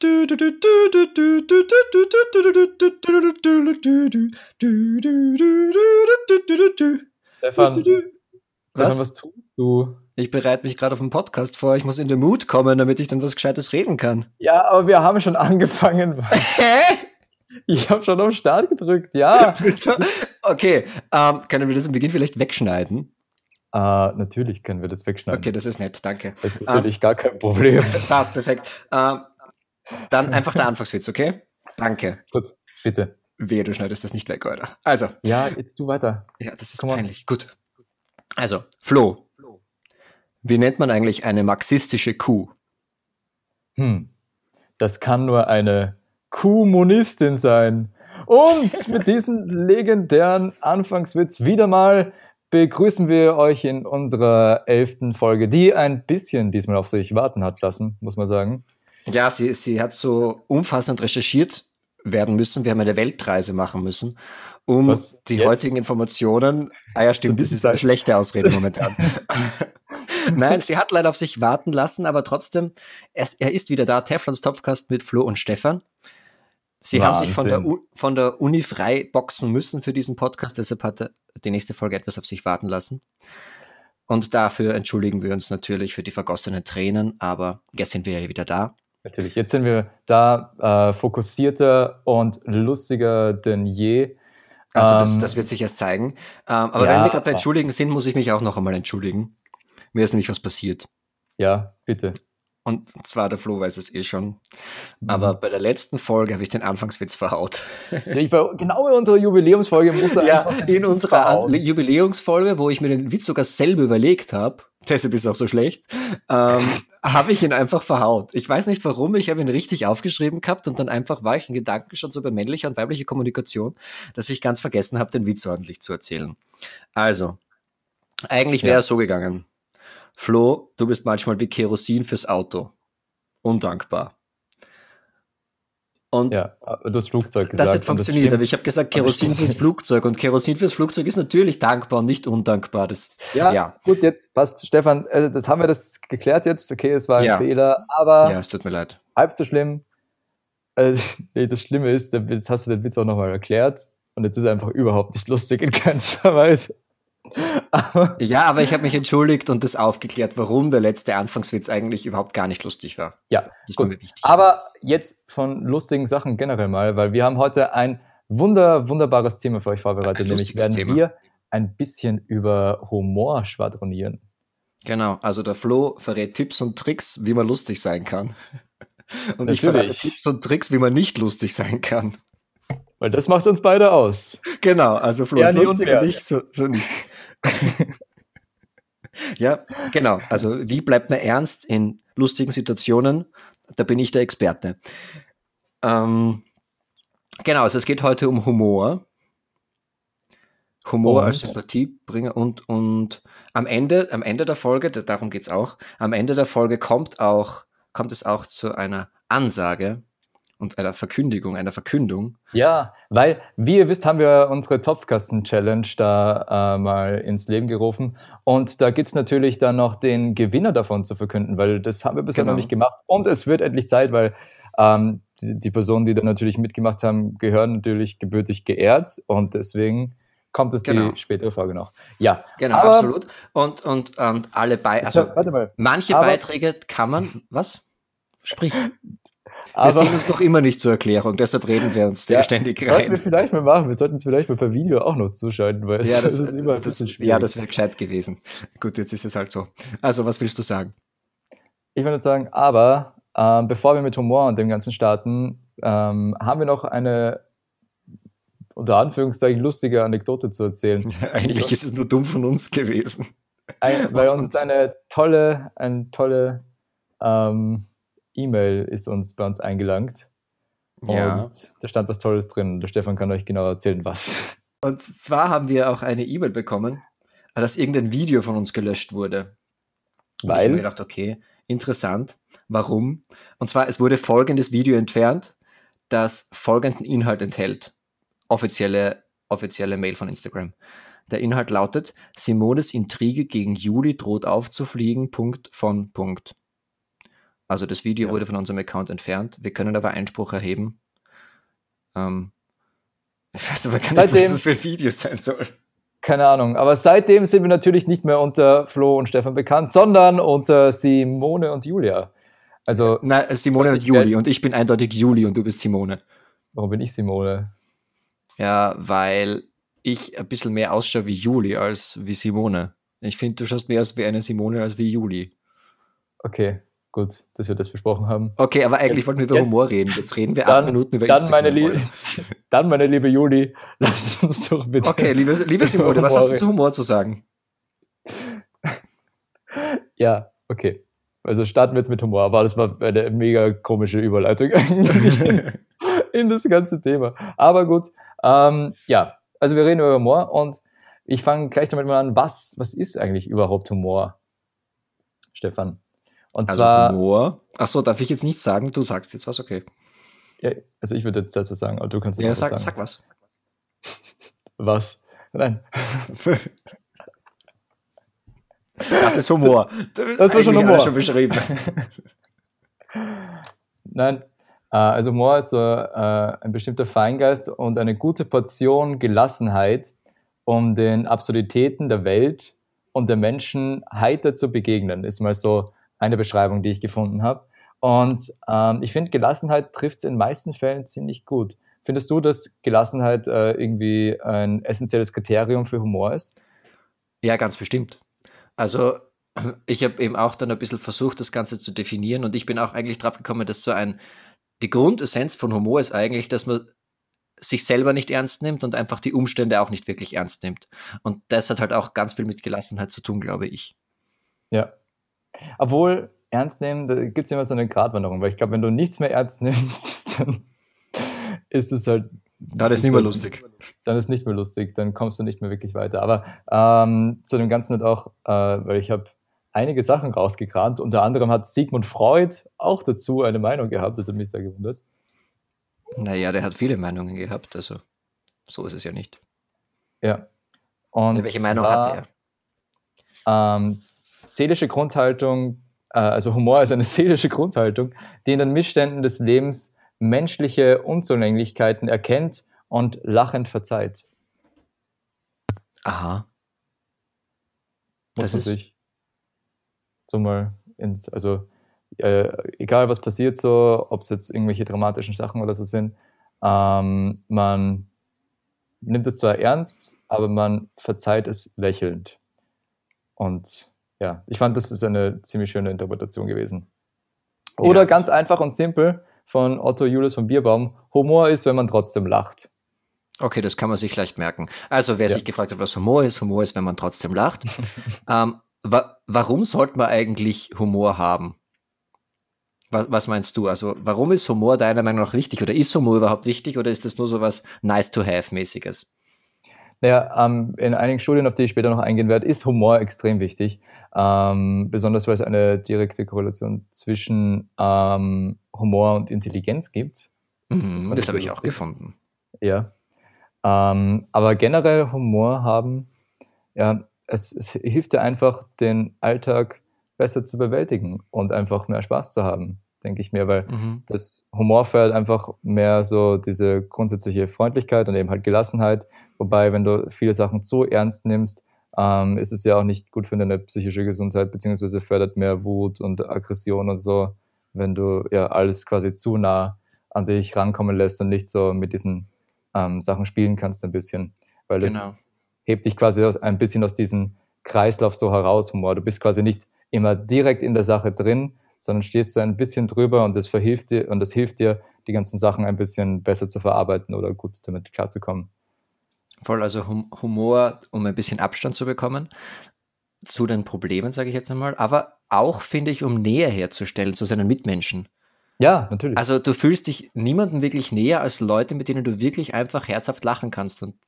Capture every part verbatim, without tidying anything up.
Stefan, Was? Stefan, was tust du? Ich bereite mich gerade auf einen Podcast vor. Ich muss in den Mood kommen, damit ich dann was Gescheites reden kann. Ja, aber wir haben schon angefangen. Hä? Ich habe schon auf Start gedrückt, ja. Okay, ähm, können wir das am Beginn vielleicht wegschneiden? Äh, natürlich können wir das wegschneiden. Okay, das ist nett, danke. Das ist natürlich gar kein Problem. Passt, perfekt. Ähm, dann einfach der Anfangswitz, okay? Danke. Gut, bitte. Wehe, du schneidest das nicht weg, oder? Also, Ja, jetzt du weiter. ja, das ist Come on. peinlich. Gut. Also, Flo. Wie nennt man eigentlich eine marxistische Kuh? Hm. Das kann nur eine Kommunistin sein. Und mit diesem legendären Anfangswitz wieder mal begrüßen wir euch in unserer elften Folge, die ein bisschen diesmal auf sich warten hat lassen, muss man sagen. Ja, sie, sie hat so umfassend recherchiert werden müssen. Wir haben eine Weltreise machen müssen, um Was? die Jetzt? heutigen Informationen... Ah ja, stimmt, Zu das diesem ist eine Zeit- schlechte Ausrede momentan. Nein, sie hat leider auf sich warten lassen, aber trotzdem, er, er ist wieder da, Teflons Topfcast mit Flo und Stefan. Sie haben sich von der, Wahnsinn. U- von der Uni frei boxen müssen für diesen Podcast, deshalb hat er die nächste Folge etwas auf sich warten lassen. Und dafür entschuldigen wir uns natürlich für die vergossenen Tränen, aber jetzt sind wir ja wieder da. Natürlich, jetzt sind wir da äh, fokussierter und lustiger denn je. Also das, Ähm, das wird sich erst zeigen. Ähm, aber ja, wenn wir gerade bei aber- Entschuldigen sind, muss ich mich auch noch einmal entschuldigen. Mir ist nämlich was passiert. Ja, bitte. Und zwar, der Flo weiß es eh schon. Aber bei der letzten Folge habe ich den Anfangswitz verhaut. Ja, ich war, genau bei unserer Jubiläumsfolge muss er Ja, einfach in unserer An verhauen. Jubiläumsfolge, wo ich mir den Witz sogar selber überlegt habe, deshalb ist es auch so schlecht, ähm, habe ich ihn einfach verhaut. Ich weiß nicht warum, ich habe ihn richtig aufgeschrieben gehabt und dann einfach war ich in Gedanken schon so bei männlicher und weiblicher Kommunikation, dass ich ganz vergessen habe, den Witz ordentlich zu erzählen. Also, eigentlich wäre Ja. es so gegangen. Flo, du bist manchmal wie Kerosin fürs Auto. Undankbar. Und Ja, aber du hast Flugzeug gesagt. das hat und funktioniert, stimmt. aber ich habe gesagt Aber das Kerosin stimmt. fürs Flugzeug und Kerosin fürs Flugzeug ist natürlich dankbar und nicht undankbar. Das, Ja, ja. gut, jetzt passt. Stefan, äh, das haben wir das geklärt jetzt. Okay, es war ein Ja. Fehler, aber ja, es tut mir leid. halb so schlimm. Äh, nee, das Schlimme ist, jetzt hast du den Witz auch nochmal erklärt und jetzt ist er einfach überhaupt nicht lustig in keinster Weise. Aber Ja, aber ich habe mich entschuldigt und das aufgeklärt, warum der letzte Anfangswitz eigentlich überhaupt gar nicht lustig war. ja, Das war gut. mir wichtig. Aber jetzt von lustigen Sachen generell mal, weil wir haben heute ein wunder, wunderbares Thema für euch vorbereitet, Ein nämlich lustiges werden Thema. wir ein bisschen über Humor schwadronieren. Genau, also der Flo verrät Tipps und Tricks, wie man lustig sein kann. Und ich Natürlich. verrate Tipps und Tricks, wie man nicht lustig sein kann. Weil das macht uns beide aus. Genau, also Flo Ja, ist nee, lustig und und wer? ich so, so nicht. Ja, genau. Also wie bleibt man ernst in lustigen Situationen? Da bin ich der Experte. Ähm, genau, also es geht heute um Humor. Humor Und? als Sympathiebringer und, und am Ende, am Ende der Folge, da- darum geht's auch, am Ende der Folge kommt auch, kommt es auch zu einer Ansage und einer Verkündigung, einer Verkündung. Ja, weil, wie ihr wisst, haben wir unsere Topfkasten-Challenge da äh, mal ins Leben gerufen. Und da gibt's natürlich dann noch den Gewinner davon zu verkünden, weil das haben wir bisher Genau. noch nicht gemacht. Und es wird endlich Zeit, weil ähm, die, die Personen, die da natürlich mitgemacht haben, gehören natürlich gebürtig geehrt. Und deswegen kommt es Genau. die spätere Folge noch. Ja, Genau, aber, absolut. Und, und, und alle bei, also warte mal. manche Aber- Beiträge kann man, was? Sprich. Wir Aber sehen uns doch immer nicht zur Erklärung, deshalb reden wir uns ja, ständig sollten wir rein. vielleicht mal machen. Wir sollten es vielleicht mal per Video auch noch zuschalten, weil es, Ja, es das, ist immer ein das, bisschen schwierig. ja, das wäre gescheit gewesen. Gut, jetzt ist es halt so. Also, was willst du sagen? Ich würde sagen, aber ähm, bevor wir mit Humor und dem Ganzen starten, ähm, haben wir noch eine unter Anführungszeichen lustige Anekdote zu erzählen. Eigentlich ist es nur dumm von uns gewesen. Ein, bei uns ist eine tolle, eine tolle ähm, E-Mail ist uns bei uns eingelangt. Ja. Und da stand was Tolles drin. Der Stefan kann euch genau erzählen, was. Und zwar haben wir auch eine E-Mail bekommen, dass irgendein Video von uns gelöscht wurde. Und ich habe mir Weil, gedacht, okay, interessant. Warum? Und zwar, es wurde folgendes Video entfernt, das folgenden Inhalt enthält. Offizielle, offizielle Mail von Instagram. Der Inhalt lautet, Simones Intrige gegen Juli droht aufzufliegen, Punkt von Punkt. Also das Video Ja. wurde von unserem Account entfernt. Wir können aber Einspruch erheben. Ähm, ich weiß aber gar nicht, Seitdem- was das für ein Video sein soll. Keine Ahnung. Aber seitdem sind wir natürlich nicht mehr unter Flo und Stefan bekannt, sondern unter Simone und Julia. Also, Na, Simone was und ich Juli. geil- Und ich bin eindeutig Juli und du bist Simone. warum bin ich Simone? Ja, weil ich ein bisschen mehr ausschaue wie Juli als wie Simone. Ich finde, du schaust mehr aus wie eine Simone als wie Juli. Okay, gut, dass wir das besprochen haben. Okay, aber eigentlich Jetzt- wollten wir über jetzt- Humor reden. Jetzt reden wir acht Dann, Minuten über dann, meine Instagram. Lie- dann, meine liebe Juli, lass uns doch bitte. Okay, liebe, liebe über Simone, was Humor hast du reden. zu Humor zu sagen? Ja, okay. Also starten wir jetzt mit Humor, aber das war eine mega komische Überleitung eigentlich in, in das ganze Thema. Aber gut, ähm, ja, also wir reden über Humor und ich fange gleich damit mal an, was, was ist eigentlich überhaupt Humor, Stefan? Und Also zwar, Humor. Achso, darf ich jetzt nichts sagen? Du sagst jetzt was, okay. ja, also ich würde jetzt das was sagen, aber du kannst jetzt Ja, auch sag, was sagen. sag was. Was? Nein. Das ist Humor. Das war schon Eigentlich Humor. alles schon beschrieben. Nein, äh, also Humor ist so äh, ein bestimmter Feingeist und eine gute Portion Gelassenheit, um den Absurditäten der Welt und der Menschen heiter zu begegnen, ist mal so eine Beschreibung, die ich gefunden habe. Und ähm, ich finde, Gelassenheit trifft es in den meisten Fällen ziemlich gut. Findest du, dass Gelassenheit äh, irgendwie ein essentielles Kriterium für Humor ist? Ja, ganz bestimmt. Also ich habe eben auch dann ein bisschen versucht, das Ganze zu definieren und ich bin auch eigentlich drauf gekommen, dass so ein, die Grundessenz von Humor ist eigentlich, dass man sich selber nicht ernst nimmt und einfach die Umstände auch nicht wirklich ernst nimmt. Und das hat halt auch ganz viel mit Gelassenheit zu tun, glaube ich. Ja. Obwohl, ernst nehmen, da gibt es immer so eine Gratwanderung, weil ich glaube, wenn du nichts mehr ernst nimmst, dann ist es halt. Dann ist nicht mehr lustig. Dann ist nicht mehr lustig, dann kommst du nicht mehr wirklich weiter. Aber ähm, zu dem Ganzen hat auch, äh, weil ich habe einige Sachen rausgekramt, unter anderem hat Sigmund Freud auch dazu eine Meinung gehabt, das hat mich sehr gewundert. Naja, der hat viele Meinungen gehabt, also so ist es ja nicht. Ja. Und Welche Meinung zwar, hatte er? Ähm, seelische Grundhaltung, äh, also Humor ist eine seelische Grundhaltung, die in den Missständen des Lebens menschliche Unzulänglichkeiten erkennt und lachend verzeiht. Aha. Muss Das man ist- sich so mal ins, also äh, egal was passiert so, ob es jetzt irgendwelche dramatischen Sachen oder so sind, ähm, man nimmt es zwar ernst, aber man verzeiht es lächelnd. Und ja, ich fand, das ist eine ziemlich schöne Interpretation gewesen. Oder Ja. ganz einfach und simpel von Otto Julius von Bierbaum, Humor ist, wenn man trotzdem lacht. Okay, das kann man sich leicht merken. Also, wer Ja. sich gefragt hat, was Humor ist, Humor ist, wenn man trotzdem lacht. ähm, wa warum sollte man eigentlich Humor haben? Was, was meinst du? Also, warum ist Humor deiner Meinung nach wichtig? Oder ist Humor überhaupt wichtig? Oder ist das nur so was Nice-to-have-mäßiges? Naja, ähm, in einigen Studien, auf die ich später noch eingehen werde, ist Humor extrem wichtig. Ähm, besonders, weil es eine direkte Korrelation zwischen ähm, Humor und Intelligenz gibt. Mhm, fand das ich habe sehr ich auch lustig. gefunden. Ja. Ähm, aber generell Humor haben, ja, es, es hilft dir einfach, den Alltag besser zu bewältigen und einfach mehr Spaß zu haben, denke ich mir, weil Mhm. das Humor fördert einfach mehr so diese grundsätzliche Freundlichkeit und eben halt Gelassenheit. Wobei, wenn du viele Sachen zu ernst nimmst, ähm, ist es ja auch nicht gut für deine psychische Gesundheit, beziehungsweise fördert mehr Wut und Aggression und so, wenn du ja alles quasi zu nah an dich rankommen lässt und nicht so mit diesen ähm, Sachen spielen kannst ein bisschen. Weil das Genau. hebt dich quasi aus, ein bisschen aus diesem Kreislauf so heraus, Humor. Du bist quasi nicht immer direkt in der Sache drin, sondern stehst so ein bisschen drüber und das verhilft dir und das hilft dir, die ganzen Sachen ein bisschen besser zu verarbeiten oder gut damit klarzukommen. Voll, also hum Humor, um ein bisschen Abstand zu bekommen zu den Problemen, sage ich jetzt einmal, aber auch, finde ich, um Nähe herzustellen zu seinen Mitmenschen. Ja, natürlich. Also du fühlst dich niemandem wirklich näher als Leute, mit denen du wirklich einfach herzhaft lachen kannst. Und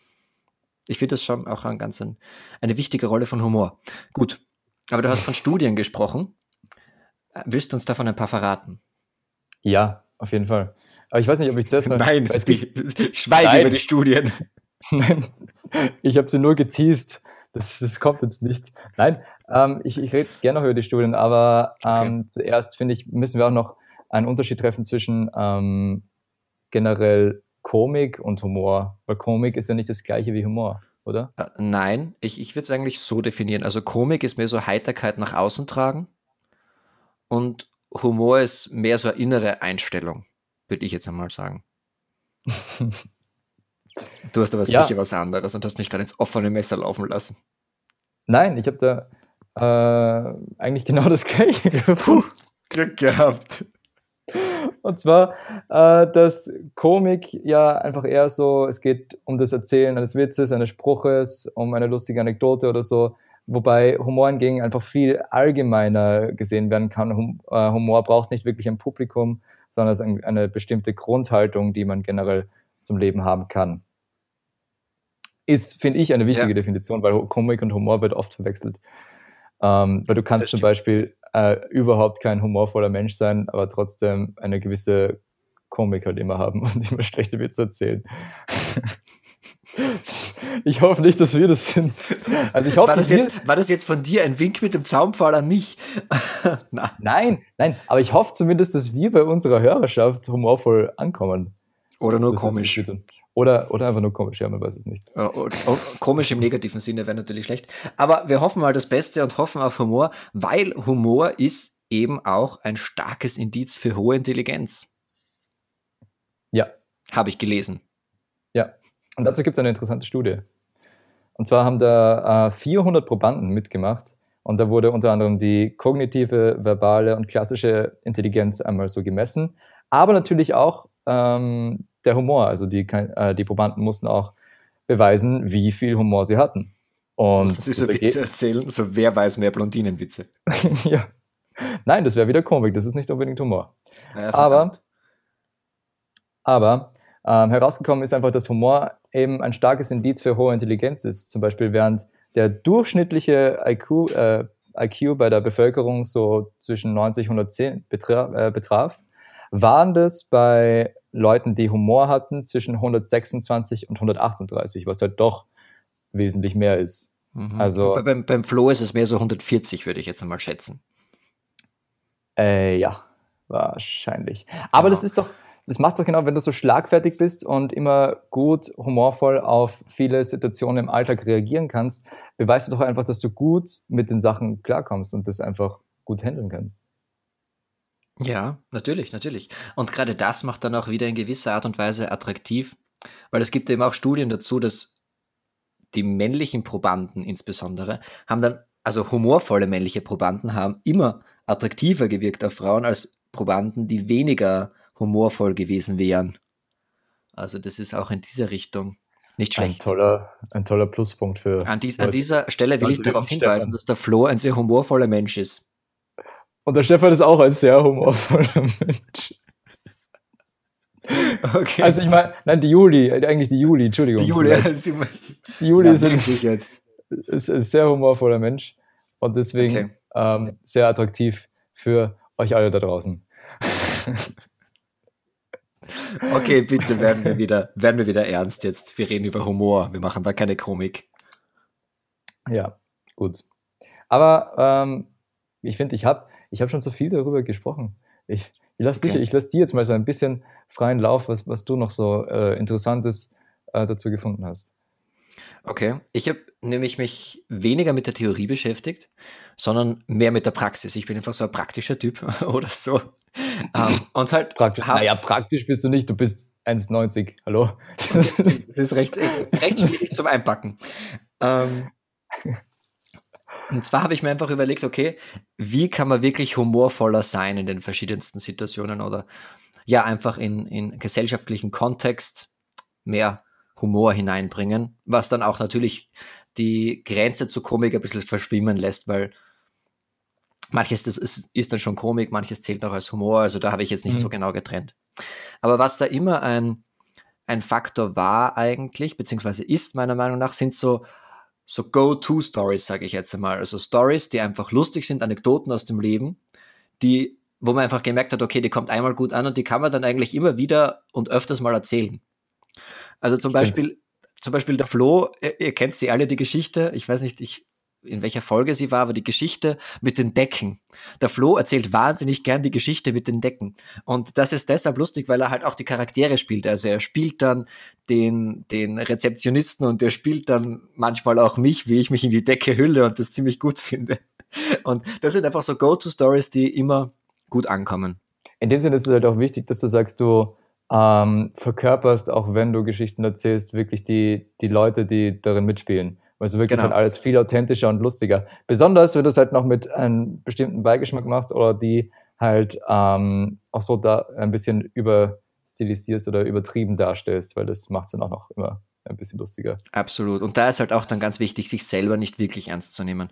ich finde das schon auch ein ganz ein, eine wichtige Rolle von Humor. Gut, aber du hast von Studien gesprochen. Äh, Willst du uns davon ein paar verraten? Ja, auf jeden Fall. Aber ich weiß nicht, ob ich zuerst mal... Nein, weil es gibt, ich schweige Nein. über die Studien. Nein, ich habe sie nur geteased. Das, das kommt jetzt nicht. Nein, Ähm, ich ich rede gerne noch über die Studien, aber Okay. ähm, zuerst finde ich, müssen wir auch noch einen Unterschied treffen zwischen ähm, generell Komik und Humor. Weil Komik ist ja nicht das gleiche wie Humor, oder? Äh, nein, ich, ich würde es eigentlich so definieren. Also Komik ist mehr so Heiterkeit nach außen tragen und Humor ist mehr so eine innere Einstellung, würde ich jetzt einmal sagen. Du hast aber sicher Ja, was anderes und hast mich gerade ins offene Messer laufen lassen. nein, ich habe da äh, eigentlich genau das gleiche Puh, gefunden. Glück gehabt. Und zwar, äh, dass Komik ja einfach eher so, es geht um das Erzählen eines Witzes, eines Spruches, um eine lustige Anekdote oder so, wobei Humor hingegen einfach viel allgemeiner gesehen werden kann. Hum äh, Humor braucht nicht wirklich ein Publikum, sondern es ist ein, eine bestimmte Grundhaltung, die man generell zum Leben haben kann. Ist, finde ich, eine Ja, wichtige Definition, weil Komik und Humor wird oft verwechselt. Ähm, weil du kannst das zum stimmt. Beispiel äh, überhaupt kein humorvoller Mensch sein, aber trotzdem eine gewisse Komik halt immer haben und immer schlechte Witze erzählen. Ich hoffe nicht, dass wir das sind. Also ich hoffe, War das dass wir. jetzt, war das jetzt von dir ein Wink mit dem Zaunpfahl an mich? Na, Nein, nein, aber ich hoffe zumindest, dass wir bei unserer Hörerschaft humorvoll ankommen oder nur durch das, was wir komisch. tun. Oder, oder einfach nur komisch, ja, man weiß es nicht. Äh, und- und Komisch im negativen Sinne wäre natürlich schlecht. Aber wir hoffen mal das Beste und hoffen auf Humor, weil Humor ist eben auch ein starkes Indiz für hohe Intelligenz. Ja, Habe ich gelesen. ja. Und dazu gibt es eine interessante Studie. Und zwar haben da äh, vierhundert Probanden mitgemacht und da wurde unter anderem die kognitive, verbale und klassische Intelligenz einmal so gemessen, aber natürlich auch ähm, der Humor. Also die, äh, die Probanden mussten auch beweisen, wie viel Humor sie hatten. Muss Und ich das so Witze Ergebnis, erzählen? So, wer weiß mehr Blondinenwitze? ja, nein, das wäre wieder Komik, das ist nicht unbedingt Humor. Ja, Aber, verdammt. aber ähm, herausgekommen ist einfach, dass Humor eben ein starkes Indiz für hohe Intelligenz ist. Zum Beispiel während der durchschnittliche I Q, äh, I Q bei der Bevölkerung so zwischen neunzig und hundertzehn betraf, äh, betraf, waren das bei Leuten, die Humor hatten, zwischen hundertsechsundzwanzig und hundertachtunddreißig, was halt doch wesentlich mehr ist. Mhm. Wobei Also, beim, beim Flo ist es mehr so hundertvierzig, würde ich jetzt einmal schätzen. äh, ja, wahrscheinlich. Aber das Genau. ist doch, das macht es doch genau, wenn du so schlagfertig bist und immer gut, humorvoll auf viele Situationen im Alltag reagieren kannst, beweist du doch einfach, dass du gut mit den Sachen klarkommst und das einfach gut handeln kannst. Ja, natürlich, natürlich. Und gerade das macht dann auch wieder in gewisser Art und Weise attraktiv, weil es gibt eben auch Studien dazu, dass die männlichen Probanden insbesondere haben dann, also humorvolle männliche Probanden haben immer attraktiver gewirkt auf Frauen als Probanden, die weniger humorvoll gewesen wären. Also das ist auch in dieser Richtung nicht Ein schlecht. toller, ein toller Pluspunkt für An, dies, an Leute, dieser Stelle will ich Leute wie darauf uns, hinweisen, Stefan. dass der Flo ein sehr humorvoller Mensch ist. Und der Stefan ist auch ein sehr humorvoller Mensch. Okay. Also ich meine, nein, die Juli, äh, eigentlich die Juli, Die Entschuldigung, tut mir Julia, leid. sie, Die Juli ja, ist ein, merkt sich jetzt. ist ein sehr humorvoller Mensch und Okay. deswegen ähm, sehr attraktiv für euch alle da draußen. Okay, bitte werden wir wieder, werden wir wieder ernst jetzt. Wir reden über Humor. Wir machen da keine Komik. Ja, gut. Aber ähm, ich finde, ich habe ich hab schon so viel darüber gesprochen. Ich, ich lasse dich, Okay. ich lass dir jetzt mal so ein bisschen freien Lauf, was, was du noch so äh, Interessantes äh, dazu gefunden hast. Okay. Ich habe nämlich mich weniger mit der Theorie beschäftigt, sondern mehr mit der Praxis. Ich bin einfach so ein praktischer Typ oder so. Ähm, und halt Praktisch, hab, naja, praktisch bist du nicht, du bist eins neunzig. Hallo? okay, stimmt, das ist recht, recht schwierig zum Einpacken. Ähm, und zwar habe ich mir einfach überlegt, okay, wie kann man wirklich humorvoller sein in den verschiedensten Situationen oder ja, einfach in, in gesellschaftlichen Kontext mehr Humor hineinbringen, was dann auch natürlich die Grenze zur Komik ein bisschen verschwimmen lässt, weil manches das ist, ist dann schon Komik, manches zählt noch als Humor, also da habe ich jetzt nicht so Mhm. genau getrennt. Aber was da immer ein, ein Faktor war eigentlich, beziehungsweise ist meiner Meinung nach, sind so, so Go-To-Stories, sage ich jetzt einmal. Also Stories, die einfach lustig sind, Anekdoten aus dem Leben, die, wo man einfach gemerkt hat, okay, die kommt einmal gut an und die kann man dann eigentlich immer wieder und öfters mal erzählen. Also zum Ich finde, Beispiel, zum Beispiel der Flo, ihr, ihr kennt sie alle, die Geschichte, ich weiß nicht, ich in welcher Folge sie war, aber die Geschichte mit den Decken. Der Flo erzählt wahnsinnig gern die Geschichte mit den Decken. Und das ist deshalb lustig, weil er halt auch die Charaktere spielt. Also er spielt dann den, den Rezeptionisten und er spielt dann manchmal auch mich, wie ich mich in die Decke hülle und das ziemlich gut finde. Und das sind einfach so Go-To-Stories, die immer gut ankommen. In dem Sinne ist es halt auch wichtig, dass du sagst, du ähm, verkörperst, auch wenn du Geschichten erzählst, wirklich die, die Leute, die darin mitspielen. Weil so wirkt es Genau. halt alles viel authentischer und lustiger. Besonders, wenn du es halt noch mit einem bestimmten Beigeschmack machst oder die halt ähm, auch so da ein bisschen überstilisierst oder übertrieben darstellst, weil das macht es dann auch noch immer ein bisschen lustiger. Absolut. Und da ist halt auch dann ganz wichtig, sich selber nicht wirklich ernst zu nehmen.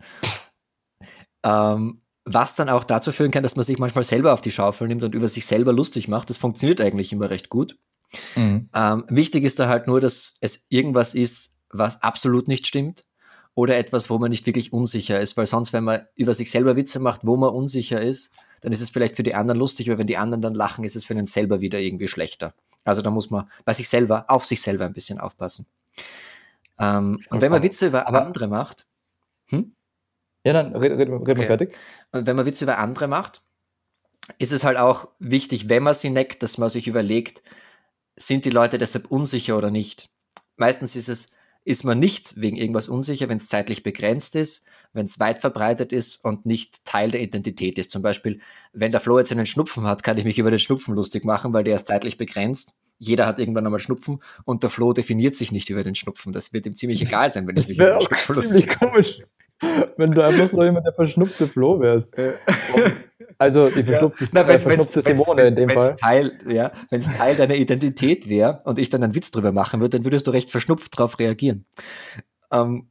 Ähm, was dann auch dazu führen kann, dass man sich manchmal selber auf die Schaufel nimmt und über sich selber lustig macht. Das funktioniert eigentlich immer recht gut. Mhm. Ähm, wichtig ist da halt nur, dass es irgendwas ist, was absolut nicht stimmt oder etwas, wo man nicht wirklich unsicher ist, weil sonst, wenn man über sich selber Witze macht, wo man unsicher ist, dann ist es vielleicht für die anderen lustig, aber wenn die anderen dann lachen, ist es für einen selber wieder irgendwie schlechter. Also da muss man bei sich selber, auf sich selber ein bisschen aufpassen. Ähm, und wenn man Witze über Aber- andere macht, hm? Ja, dann red, red, red mal Okay. fertig. Und wenn man Witze über andere macht, ist es halt auch wichtig, wenn man sie neckt, dass man sich überlegt, sind die Leute deshalb unsicher oder nicht? Meistens ist es, ist man nicht wegen irgendwas unsicher, wenn es zeitlich begrenzt ist, wenn es weit verbreitet ist und nicht Teil der Identität ist. Zum Beispiel, wenn der Flo jetzt einen Schnupfen hat, kann ich mich über den Schnupfen lustig machen, weil der ist zeitlich begrenzt. Jeder hat irgendwann einmal Schnupfen und der Flo definiert sich nicht über den Schnupfen. Das wird ihm ziemlich egal sein, wenn ich Das mich über wäre den auch Schnupfen ziemlich lustig komisch, wenn du einfach so jemand der verschnupfte Flo wärst. mache. Also die verschnupfte, Na, äh, wenn's, verschnupfte wenn's, Simone wenn's, in dem wenn's Fall. Teil, ja, wenn es Teil deiner Identität wäre und ich dann einen Witz drüber machen würde, dann würdest du recht verschnupft darauf reagieren. Ähm,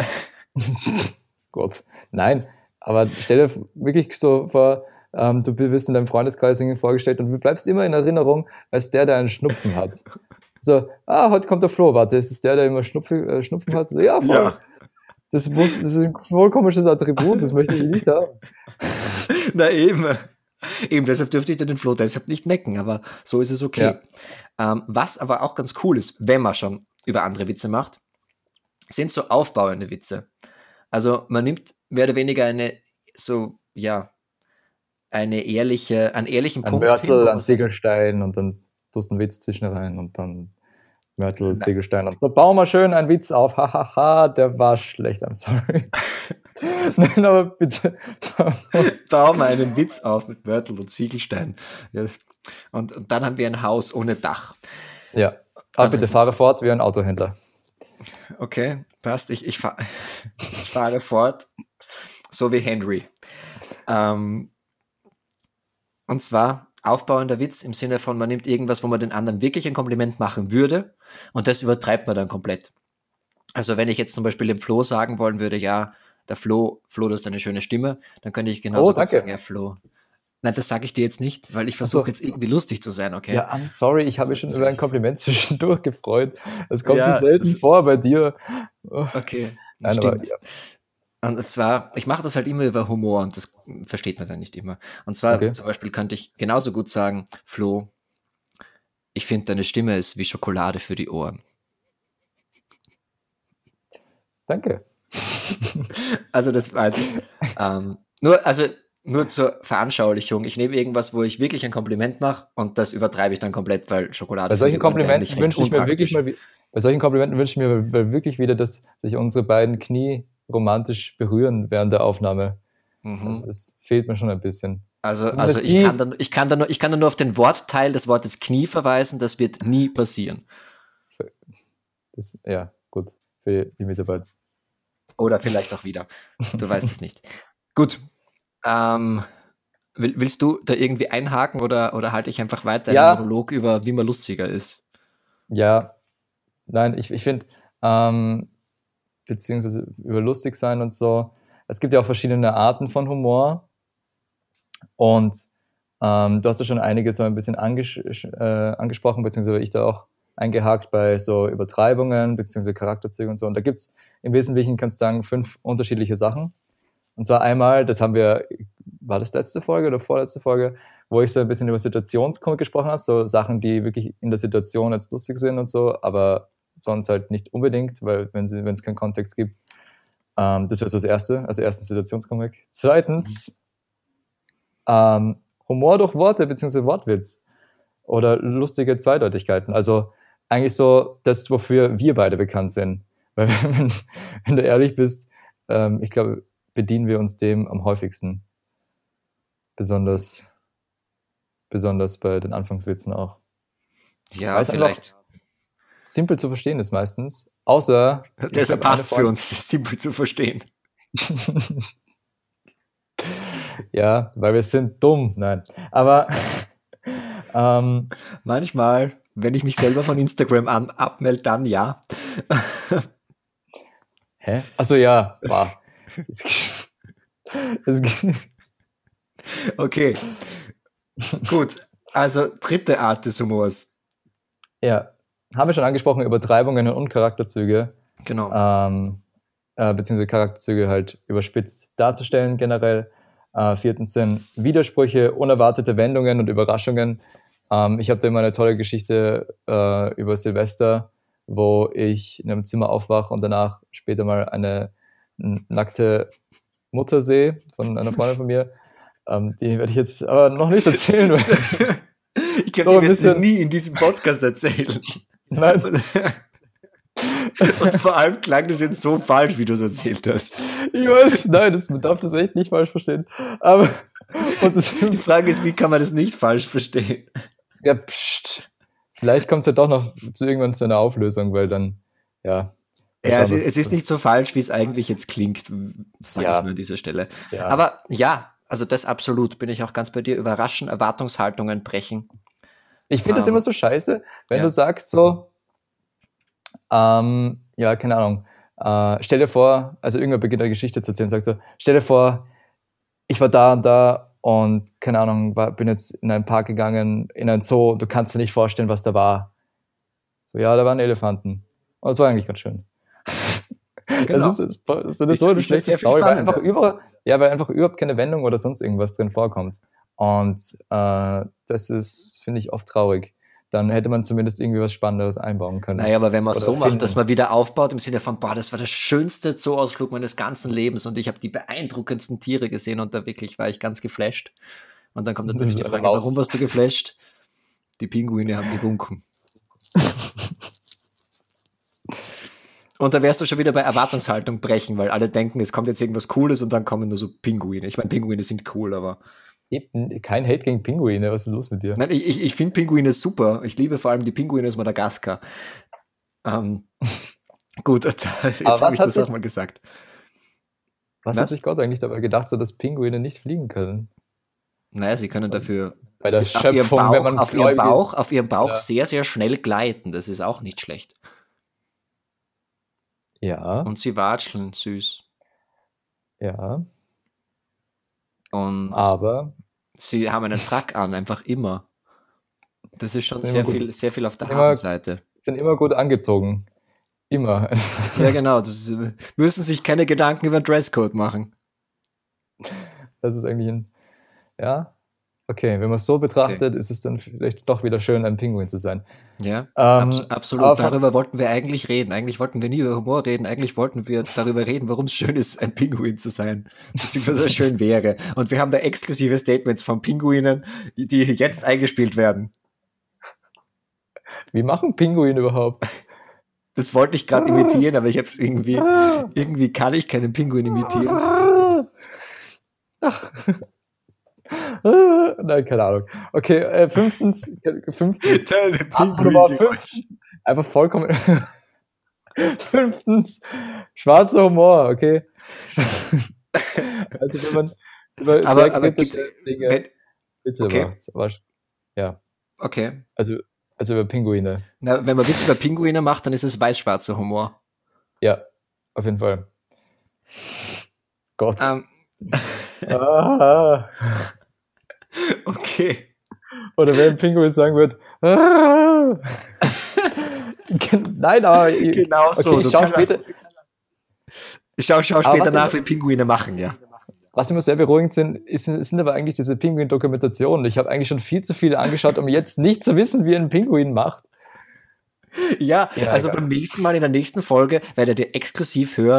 Gott, nein. Aber stell dir wirklich so vor, ähm, du wirst in deinem Freundeskreis irgendwie vorgestellt und du bleibst immer in Erinnerung als der, der einen Schnupfen hat. So, ah, heute kommt der Flo, warte, ist es der, der immer Schnupfen, äh, Schnupfen hat? So, ja, voll. Ja. Das, muss, das ist ein voll komisches Attribut, das möchte ich nicht haben. Na eben. Eben, deshalb dürfte ich den Flo deshalb nicht necken, aber so ist es okay. Ähm, was aber auch ganz cool ist, wenn man schon über andere Witze macht, sind so aufbauende Witze. Also man nimmt mehr oder weniger eine, so, ja, eine ehrliche, einen ehrlichen Ein Punkt hin, wo Mörtel, man ein sagt, Ziegelstein und dann tust du einen Witz zwischen rein und dann Mörtel, Nein. Ziegelstein und so, bau mal schön einen Witz auf, hahaha, ha, ha, der war schlecht, I'm sorry. Nein, aber bitte. bau mal einen Witz auf mit Mörtel und Ziegelstein. Ja. Und, und dann haben wir ein Haus ohne Dach. Ja, aber Dann bitte halt fahre Witz. fort wie ein Autohändler. Okay, passt. Ich, ich, fahr, ich fahre fort, so wie Henry. Ähm, und zwar aufbauender Witz im Sinne von, man nimmt irgendwas, wo man den anderen wirklich ein Kompliment machen würde und das übertreibt man dann komplett. Also wenn ich jetzt zum Beispiel dem Flo sagen wollen würde, ja, der Flo, Flo, du hast eine schöne Stimme, dann könnte ich genauso Oh, gut danke. sagen, ja, Flo. Nein, das sage ich dir jetzt nicht, weil ich versuche so. jetzt irgendwie lustig zu sein, okay? Ja, I'm sorry, ich habe mich So- schon so- über ein Kompliment zwischendurch gefreut. Das kommt Ja, so selten das- vor bei dir. Oh, Okay, das nein, aber stimmt. ja. Und zwar, ich mache das halt immer über Humor und das versteht man dann nicht immer. Und zwar Okay. zum Beispiel könnte ich genauso gut sagen, Flo, ich finde deine Stimme ist wie Schokolade für die Ohren. Danke. Also das war jetzt, ähm, nur, also nur zur Veranschaulichung. Ich nehme irgendwas, wo ich wirklich ein Kompliment mache und das übertreibe ich dann komplett, weil Schokolade Bei für solchen die Ohren wäre Komplimenten nicht recht wünsche ich mir wirklich unpraktisch. mal, bei solchen Komplimenten wünsche ich mir weil wirklich wieder, dass sich unsere beiden Knie romantisch berühren während der Aufnahme. Mhm. Also das fehlt mir schon ein bisschen. Also, Zumindest also ich, die- kann dann, ich, kann dann nur, ich kann dann nur auf den Wortteil des Wortes Knie verweisen, das wird nie passieren. Das, ja, gut, für die Mitarbeit. Oder vielleicht auch wieder. Du weißt es nicht. Gut. Ähm, will, willst du da irgendwie einhaken oder, oder halte ich einfach weiter Ja. einen Monolog über, wie man lustiger ist? Ja, nein, ich, ich finde, ähm, beziehungsweise über lustig sein und so, es gibt ja auch verschiedene Arten von Humor und ähm, du hast ja schon einige so ein bisschen anges äh, angesprochen, beziehungsweise ich da auch eingehakt bei so Übertreibungen, beziehungsweise Charakterzüge und so. Und da gibt es im Wesentlichen, kannst du sagen, fünf unterschiedliche Sachen. Und zwar einmal, das haben wir, war das letzte Folge oder vorletzte Folge, wo ich so ein bisschen über Situationskomik gesprochen habe, so Sachen, die wirklich in der Situation jetzt lustig sind und so, aber sonst halt nicht unbedingt, weil wenn es keinen Kontext gibt. Ähm, das wäre so das Erste, also erstens Situationskomik. Zweitens, ähm, Humor durch Worte bzw. Wortwitz oder lustige Zweideutigkeiten. Also eigentlich so das, wofür wir beide bekannt sind. Weil wenn, wenn du ehrlich bist, ähm, ich glaube, bedienen wir uns dem am häufigsten. Besonders, besonders bei den Anfangswitzen auch. Ja, Weil es vielleicht. Simpel zu verstehen ist meistens. Außer. Deshalb passt es für uns, simpel zu verstehen. Ja, weil wir sind dumm. Nein. Aber ähm, manchmal, wenn ich mich selber von Instagram an, abmelde, dann ja. Hä? Achso, ja. Wow. Okay. Gut. Also dritte Art des Humors. Ja. Haben wir schon angesprochen, Übertreibungen und Charakterzüge. Genau. Ähm, äh, beziehungsweise Charakterzüge halt überspitzt darzustellen generell. Äh, viertens sind Widersprüche, unerwartete Wendungen und Überraschungen. Ähm, ich habe da immer eine tolle Geschichte äh, über Silvester, wo ich in einem Zimmer aufwache und danach später mal eine n- nackte Mutter sehe von einer Freundin von mir. Ähm, die werde ich jetzt aber noch nicht erzählen. Weil ich glaube, die wirst du nie in diesem Podcast erzählen. Nein. Und, und vor allem klang das jetzt so falsch, wie du es erzählt hast. Ich weiß, nein, das, man darf das echt nicht falsch verstehen. Aber und das, die Frage ist, wie kann man das nicht falsch verstehen? Ja, pst. Vielleicht kommt es ja doch noch zu irgendwann zu einer Auflösung, weil dann, ja. Ja, es, ist, es ist nicht so falsch, wie es eigentlich jetzt klingt, sage ja. ich nur an dieser Stelle. Ja. Aber ja, also das absolut, bin ich auch ganz bei dir, überraschen, Erwartungshaltungen brechen. Ich finde das ähm, immer so scheiße, wenn ja. du sagst so, ähm, ja, keine Ahnung, äh, stell dir vor, also irgendwer beginnt eine Geschichte zu erzählen, sagt so, stell dir vor, ich war da und da und, keine Ahnung, war, bin jetzt in einen Park gegangen, in ein Zoo, du kannst dir nicht vorstellen, was da war. So, ja, da waren Elefanten. Und das war eigentlich ganz schön. Genau. Das ist, das ist so eine schlechte Story, weil einfach, über, ja, weil einfach überhaupt keine Wendung oder sonst irgendwas drin vorkommt. Und äh, das ist, finde ich, oft traurig. Dann hätte man zumindest irgendwie was Spannenderes einbauen können. Naja, aber wenn man es so finden. macht, dass man wieder aufbaut im Sinne von, boah, das war der schönste Zooausflug meines ganzen Lebens und ich habe die beeindruckendsten Tiere gesehen und da wirklich war ich ganz geflasht. Und dann kommt natürlich die Frage, warum warst du geflasht? Die Pinguine haben gewunken. Und da wärst du schon wieder bei Erwartungshaltung brechen, weil alle denken, es kommt jetzt irgendwas Cooles und dann kommen nur so Pinguine. Ich meine, Pinguine sind cool, aber... Kein Hate gegen Pinguine, was ist los mit dir? Nein, ich, ich, ich finde Pinguine super. Ich liebe vor allem die Pinguine aus Madagaskar. Ähm, gut, jetzt habe ich das sich, auch mal gesagt. Was, was hat sich Gott eigentlich dabei gedacht, so dass Pinguine nicht fliegen können? Naja, sie können dafür bei der auf Schöpfung, ihrem Bauch, wenn man auf ihrem Bauch, ist. auf ihrem Bauch ja. sehr, sehr schnell gleiten. Das ist auch nicht schlecht. Ja. Und sie watscheln süß. Ja. Und aber sie haben einen Frack an, einfach immer. Das ist schon sehr viel, sehr viel auf der Habenseite. Sind immer gut angezogen. Immer. Ja, genau. Das ist, müssen sich keine Gedanken über den Dresscode machen. Das ist eigentlich ein... Ja, okay. Wenn man es so betrachtet, okay. ist es dann vielleicht doch wieder schön, ein Pinguin zu sein. Ja, ähm, abs- absolut. Darüber wollten wir eigentlich reden. Eigentlich wollten wir nie über Humor reden. Eigentlich wollten wir darüber reden, warum es schön ist, ein Pinguin zu sein. Beziehungsweise schön wäre. Und wir haben da exklusive Statements von Pinguinen, die jetzt eingespielt werden. Wie machen Pinguine überhaupt? Das wollte ich gerade imitieren, aber ich habe es irgendwie, irgendwie kann ich keinen Pinguin imitieren. Nein, keine Ahnung. Okay, äh, fünftens, fünftens, fünftens, einfach vollkommen, fünftens, schwarzer Humor, okay. Also wenn man über aber, sehr aber kritische gibt, Dinge wenn, Witze okay. macht, aber, ja. Okay. Also, also über Pinguine. Na, wenn man Witze über Pinguine macht, dann ist es weiß-schwarzer Humor. Ja, auf jeden Fall. Gott. Um. ah. Okay. Oder wenn ein Pinguin sagen wird, ah. Nein, aber genau so. Okay, ich schau später, ich schau, schau später nach, wie Pinguine machen, ja. Was immer sehr beruhigend sind, ist, sind aber eigentlich diese Pinguin-Dokumentationen. Ich habe eigentlich schon viel zu viele angeschaut, um jetzt nicht zu wissen, wie ein Pinguin macht. Ja, ja also egal. beim nächsten Mal, in der nächsten Folge, werdet ihr exklusiv hören,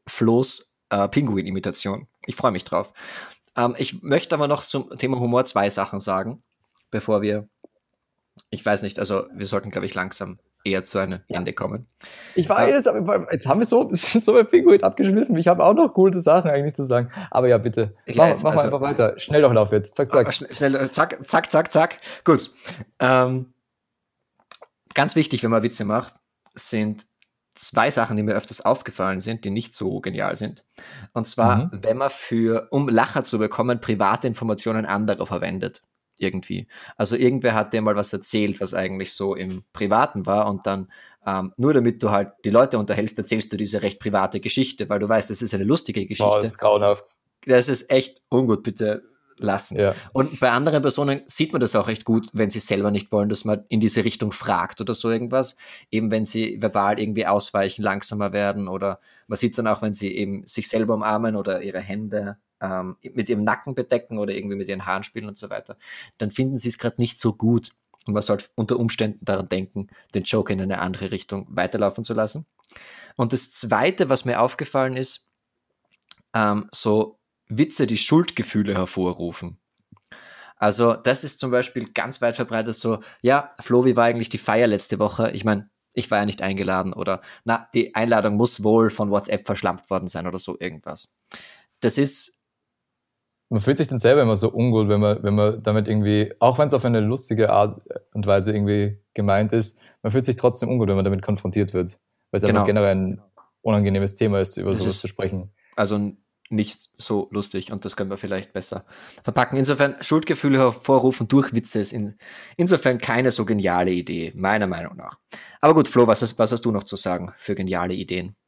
Flo's äh, Pinguin-Imitation. Ich freue mich drauf. Ähm, ich möchte aber noch zum Thema Humor zwei Sachen sagen, bevor wir, ich weiß nicht, also wir sollten, glaube ich, langsam eher zu einem Ja. Ende kommen. Ich weiß, aber jetzt haben wir so, so bei Pinguin abgeschwiffen. Ich habe auch noch coole Sachen eigentlich zu sagen. Aber ja, bitte, Ja, mach, jetzt, mach mal also- einfach weiter. Schnelldurchlauf jetzt. Zack, zack. Ah, schnell, schnell, zack, zack, zack, zack. Gut. Ähm, ganz wichtig, wenn man Witze macht, sind zwei Sachen, die mir öfters aufgefallen sind, die nicht so genial sind. Und zwar, Mhm. wenn man für, um Lacher zu bekommen, private Informationen anderer verwendet. Irgendwie. Also irgendwer hat dir mal was erzählt, was eigentlich so im Privaten war und dann ähm, nur damit du halt die Leute unterhältst, erzählst du diese recht private Geschichte, weil du weißt, das ist eine lustige Wow, Geschichte. das ist grauenhaft. Das ist echt ungut, bitte lassen. Ja. Und bei anderen Personen sieht man das auch recht gut, wenn sie selber nicht wollen, dass man in diese Richtung fragt oder so irgendwas. Eben wenn sie verbal irgendwie ausweichen, langsamer werden oder man sieht dann auch, wenn sie eben sich selber umarmen oder ihre Hände ähm, mit ihrem Nacken bedecken oder irgendwie mit ihren Haaren spielen und so weiter, dann finden sie es gerade nicht so gut. Und man sollte unter Umständen daran denken, den Joke in eine andere Richtung weiterlaufen zu lassen. Und das Zweite, was mir aufgefallen ist, ähm, so Witze, die Schuldgefühle hervorrufen. Also das ist zum Beispiel ganz weit verbreitet so, ja, Flo, wie war eigentlich die Feier letzte Woche? Ich meine, ich war ja nicht eingeladen oder, na, die Einladung muss wohl von WhatsApp verschlampt worden sein oder so irgendwas. Das ist, Man fühlt sich dann selber immer so ungut, wenn man, wenn man damit irgendwie, auch wenn es auf eine lustige Art und Weise irgendwie gemeint ist, man fühlt sich trotzdem ungut, wenn man damit konfrontiert wird. Weil es Genau. einfach generell ein unangenehmes Thema ist, über Das sowas ist- zu sprechen. also nicht so lustig und das können wir vielleicht besser verpacken. Insofern Schuldgefühle hervorrufen durch Witze ist in, insofern keine so geniale Idee, meiner Meinung nach. Aber gut, Flo, was hast, was hast du noch zu sagen für geniale Ideen?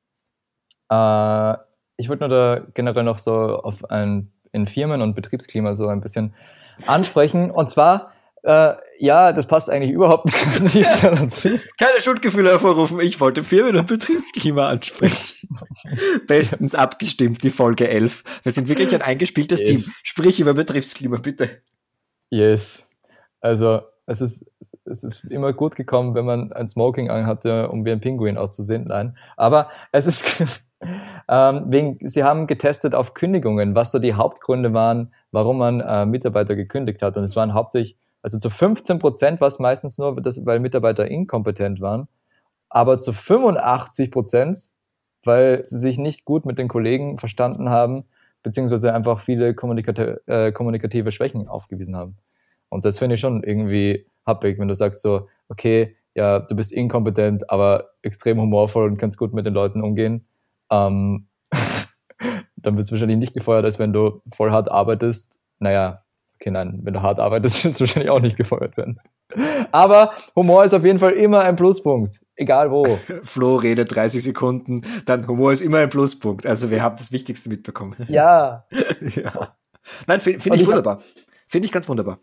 Äh, ich würde nur da generell noch so auf ein in Firmen und Betriebsklima so ein bisschen ansprechen. Und zwar, äh, ja, das passt eigentlich überhaupt nicht dazu. Keine Schuldgefühle hervorrufen, ich wollte Firmen- und Betriebsklima ansprechen. Bestens abgestimmt, die Folge elf. Wir sind wirklich ein eingespieltes Yes. Team. Sprich über Betriebsklima, bitte. Yes. Also es ist, es ist immer gut gekommen, wenn man ein Smoking anhatte, um wie ein Pinguin auszusehen. Nein. Aber es ist ähm, wegen, sie haben getestet auf Kündigungen, was so die Hauptgründe waren, warum man äh, Mitarbeiter gekündigt hat. Und es waren hauptsächlich, also zu fünfzehn Prozent war es meistens nur, dass, weil Mitarbeiter inkompetent waren, aber zu fünfundachtzig Prozent, weil sie sich nicht gut mit den Kollegen verstanden haben, beziehungsweise einfach viele kommunikati- äh, kommunikative Schwächen aufgewiesen haben. Und das finde ich schon irgendwie happig, wenn du sagst so, okay, ja, du bist inkompetent, aber extrem humorvoll und kannst gut mit den Leuten umgehen. Ähm, dann wirst du wahrscheinlich nicht gefeuert, als wenn du voll hart arbeitest. Naja, okay, nein, wenn du hart arbeitest, wirst du wahrscheinlich auch nicht gefeuert werden. Aber Humor ist auf jeden Fall immer ein Pluspunkt, egal wo. Flo redet dreißig Sekunden, dann Humor ist immer ein Pluspunkt. Also wir haben das Wichtigste mitbekommen. Ja. Ja. Nein, finde find Und ich ich hab- wunderbar. Finde ich ganz wunderbar.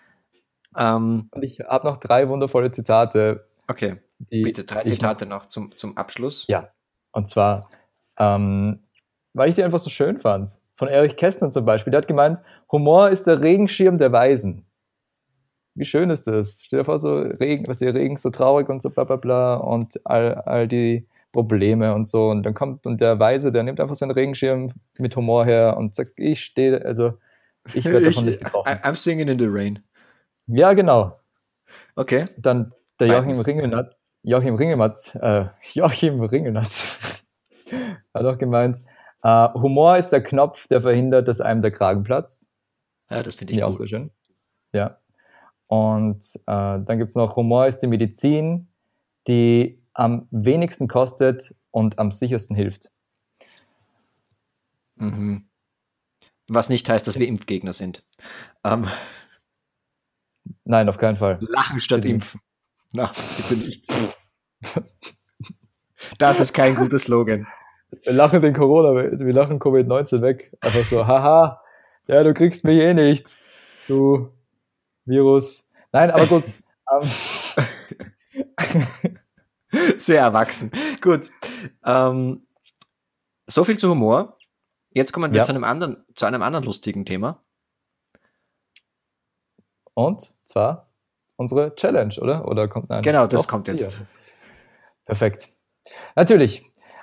Ähm, Und ich habe noch drei wundervolle Zitate, okay, die bitte drei ich Zitate noch zum, zum Abschluss. Ja, und zwar, ähm, weil ich sie einfach so schön fand. Von Erich Kästner zum Beispiel. Der hat gemeint, Humor ist der Regenschirm der Weisen. Wie schön ist das? Stell dir vor, so Regen, was der Regen so traurig und so bla bla bla und all, all die Probleme und so. Und dann kommt und der Weise, der nimmt einfach seinen Regenschirm mit Humor her und sagt, ich stehe, also ich werde davon nicht gebrochen. I- I'm singing in the rain. Ja, genau. Okay. Dann der Zweitens. Joachim Ringelnatz, Joachim Ringelmatz, äh, Joachim Ringelnatz hat auch gemeint, äh, Humor ist der Knopf, der verhindert, dass einem der Kragen platzt. Ja, das finde Finde ich ich auch cool. sehr schön. Ja. Und äh, dann gibt es noch, Humor ist die Medizin, die am wenigsten kostet und am sichersten hilft. Mhm. Was nicht heißt, dass wir Impfgegner sind. Ähm, Nein, auf keinen Fall. lachen statt Bitte nicht. impfen. Na, bitte nicht. Das ist kein guter Slogan. Wir lachen den Corona, wir lachen Covid neunzehn weg. Einfach so, haha, ja, du kriegst mich eh nicht, du Virus. Nein, aber gut. ähm, Sehr erwachsen. Gut. Ähm, so viel zu Humor. Jetzt kommen wir Ja. zu einem anderen, zu einem anderen lustigen Thema. Und zwar unsere Challenge, oder? Oder kommt nein? Genau, das Doch, kommt jetzt. sicher. Perfekt. Natürlich.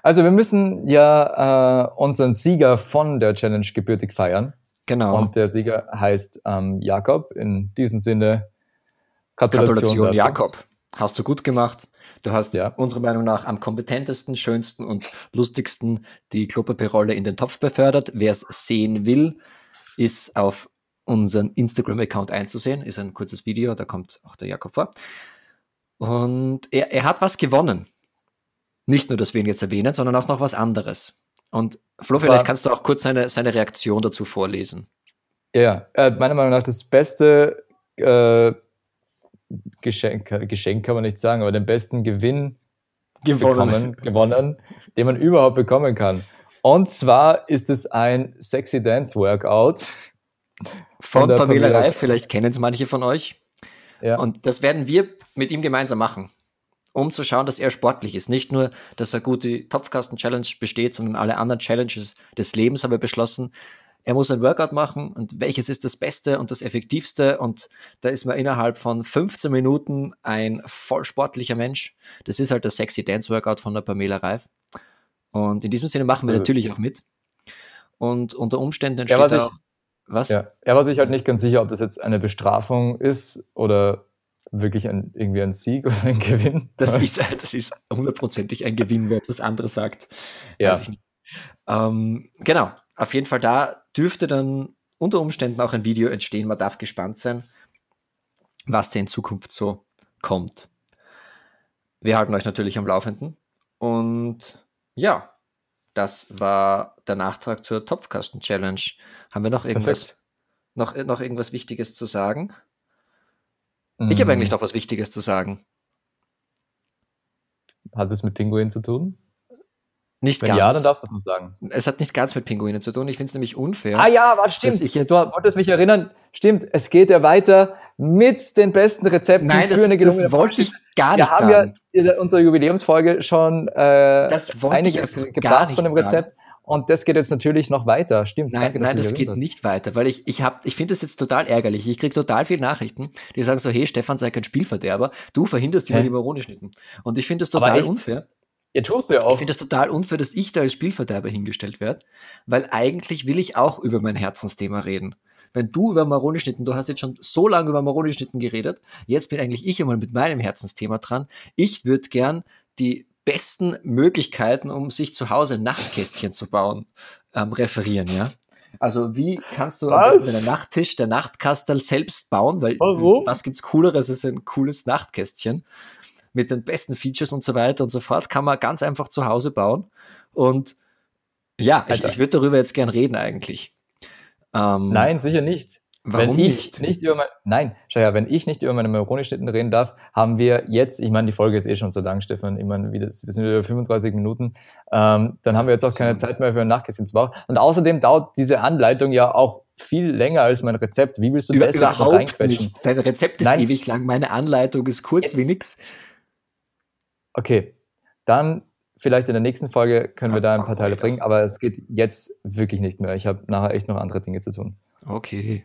Also wir müssen ja äh, unseren Sieger von der Challenge gebürtig feiern. Genau. Und der Sieger heißt ähm, Jakob. In diesem Sinne, Gratulation, Gratulation dazu. Jakob. Hast du gut gemacht. Du hast Ja. unserer Meinung nach am kompetentesten, schönsten und lustigsten die Klopapierrolle in den Topf befördert. Wer es sehen will, ist auf unseren Instagram-Account einzusehen. Ist ein kurzes Video, da kommt auch der Jakob vor. Und er, er hat was gewonnen. Nicht nur, dass wir ihn jetzt erwähnen, sondern auch noch was anderes. Und Flo, vielleicht kannst du auch kurz seine, seine Reaktion dazu vorlesen. Ja, äh, meiner Meinung nach das beste äh, Geschenk, Geschenk kann man nicht sagen, aber den besten Gewinn Gewonnen. bekommen, gewonnen, den man überhaupt bekommen kann. Und zwar ist es ein Sexy Dance Workout. Von, von Pamela, Pamela Reif, vielleicht kennen es manche von euch. Ja. Und das werden wir mit ihm gemeinsam machen, um zu schauen, dass er sportlich ist. Nicht nur, dass er gut die Topfkasten-Challenge besteht, sondern alle anderen Challenges des Lebens haben wir beschlossen. Er muss ein Workout machen und welches ist das Beste und das Effektivste, und da ist man innerhalb von fünfzehn Minuten ein voll sportlicher Mensch. Das ist halt das Sexy Dance Workout von der Pamela Reif. Und in diesem Sinne machen wir das natürlich auch mit. Und unter Umständen entsteht ja, was auch... Ich, was? Ja, er war sich halt nicht ganz sicher, ob das jetzt eine Bestrafung ist oder wirklich ein, irgendwie ein Sieg oder ein Gewinn. Das ist, das ist hundertprozentig ein Gewinn, wer das andere sagt. Ja. Ähm, genau, auf jeden Fall da dürfte dann unter Umständen auch ein Video entstehen. Man darf gespannt sein, was da in Zukunft so kommt. Wir halten euch natürlich am Laufenden. Und ja, das war der Nachtrag zur Topfkasten-Challenge. Haben wir noch irgendwas, noch, noch irgendwas Wichtiges zu sagen? Mm. Ich habe eigentlich noch was Wichtiges zu sagen. Hat es mit Pinguinen zu tun? Nicht Wenn ganz. ja, dann darfst du es noch sagen. Es hat nicht ganz mit Pinguinen zu tun. Ich finde es nämlich unfair. Ah ja, was stimmt. Ich jetzt du wolltest mich erinnern. Stimmt, es geht ja weiter mit den besten Rezepten Nein, für das, eine gelungene das wollte ich gar nicht Wir haben sagen. ja in unserer Jubiläumsfolge schon äh, einiges gebracht von dem Rezept. Sagen. Und das geht jetzt natürlich noch weiter. Stimmt. Nein, danke, nein, das geht hast. nicht weiter, weil ich, ich hab, ich finde das jetzt total ärgerlich. Ich kriege total viele Nachrichten, die sagen so, hey, Stefan, sei kein Spielverderber, du verhinderst immer die Maronenschnitten. Und ich finde das total unfair. Ja, tust du ja auch. Ich finde das total unfair, dass ich da als Spielverderber hingestellt werde, weil eigentlich will ich auch über mein Herzensthema reden. Wenn du über Maronenschnitten, du hast jetzt schon so lange über Maronenschnitten geredet, jetzt bin eigentlich ich einmal mit meinem Herzensthema dran. Ich würde gern die besten Möglichkeiten, um sich zu Hause Nachtkästchen zu bauen, ähm, referieren, ja. Also wie kannst du am besten den Nachttisch, der Nachtkastel selbst bauen, weil Warum? Was gibt's Cooleres als ein cooles Nachtkästchen mit den besten Features und so weiter und so fort, kann man ganz einfach zu Hause bauen. Und ja, ich, ich würde darüber jetzt gern reden eigentlich. Ähm, Nein, sicher nicht. Warum wenn ich nicht? nicht über mein, nein, schau her, wenn ich nicht über meine Maronenschnitten reden darf, haben wir jetzt, ich meine, die Folge ist eh schon so lang, Stefan, ich meine, wir sind wieder über fünfunddreißig Minuten, ähm, dann haben wir jetzt auch keine Zeit mehr für ein Nachkästchen zu bauen. Und außerdem dauert diese Anleitung ja auch viel länger als mein Rezept. Wie willst du über, das jetzt noch reinquetschen? Dein Rezept ist nein. ewig lang, meine Anleitung ist kurz jetzt. wie nix. Okay, dann vielleicht in der nächsten Folge können wir da ein paar Teile bringen, aber es geht jetzt wirklich nicht mehr. Ich habe nachher echt noch andere Dinge zu tun. Okay.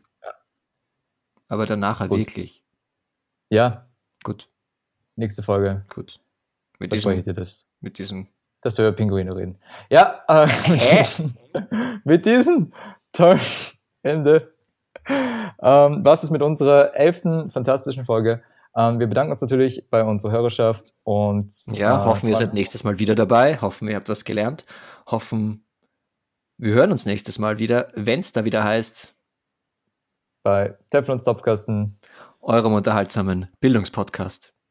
Aber dann nachher Gut. wirklich. Ja. Gut. Nächste Folge. Gut. Mit diesem, ich dir das. Mit diesem. Dass wir über Pinguine reden. Ja, äh, mit, diesem, mit diesem tollen Ende. Ähm, was ist mit unserer elften fantastischen Folge? Ähm, wir bedanken uns natürlich bei unserer Hörerschaft und ja, äh, hoffen, ihr seid nächstes Mal wieder dabei. Hoffen, ihr habt was gelernt. Hoffen, wir hören uns nächstes Mal wieder, wenn es da wieder heißt. Bei Teflon Topfkasten, eurem unterhaltsamen Bildungspodcast.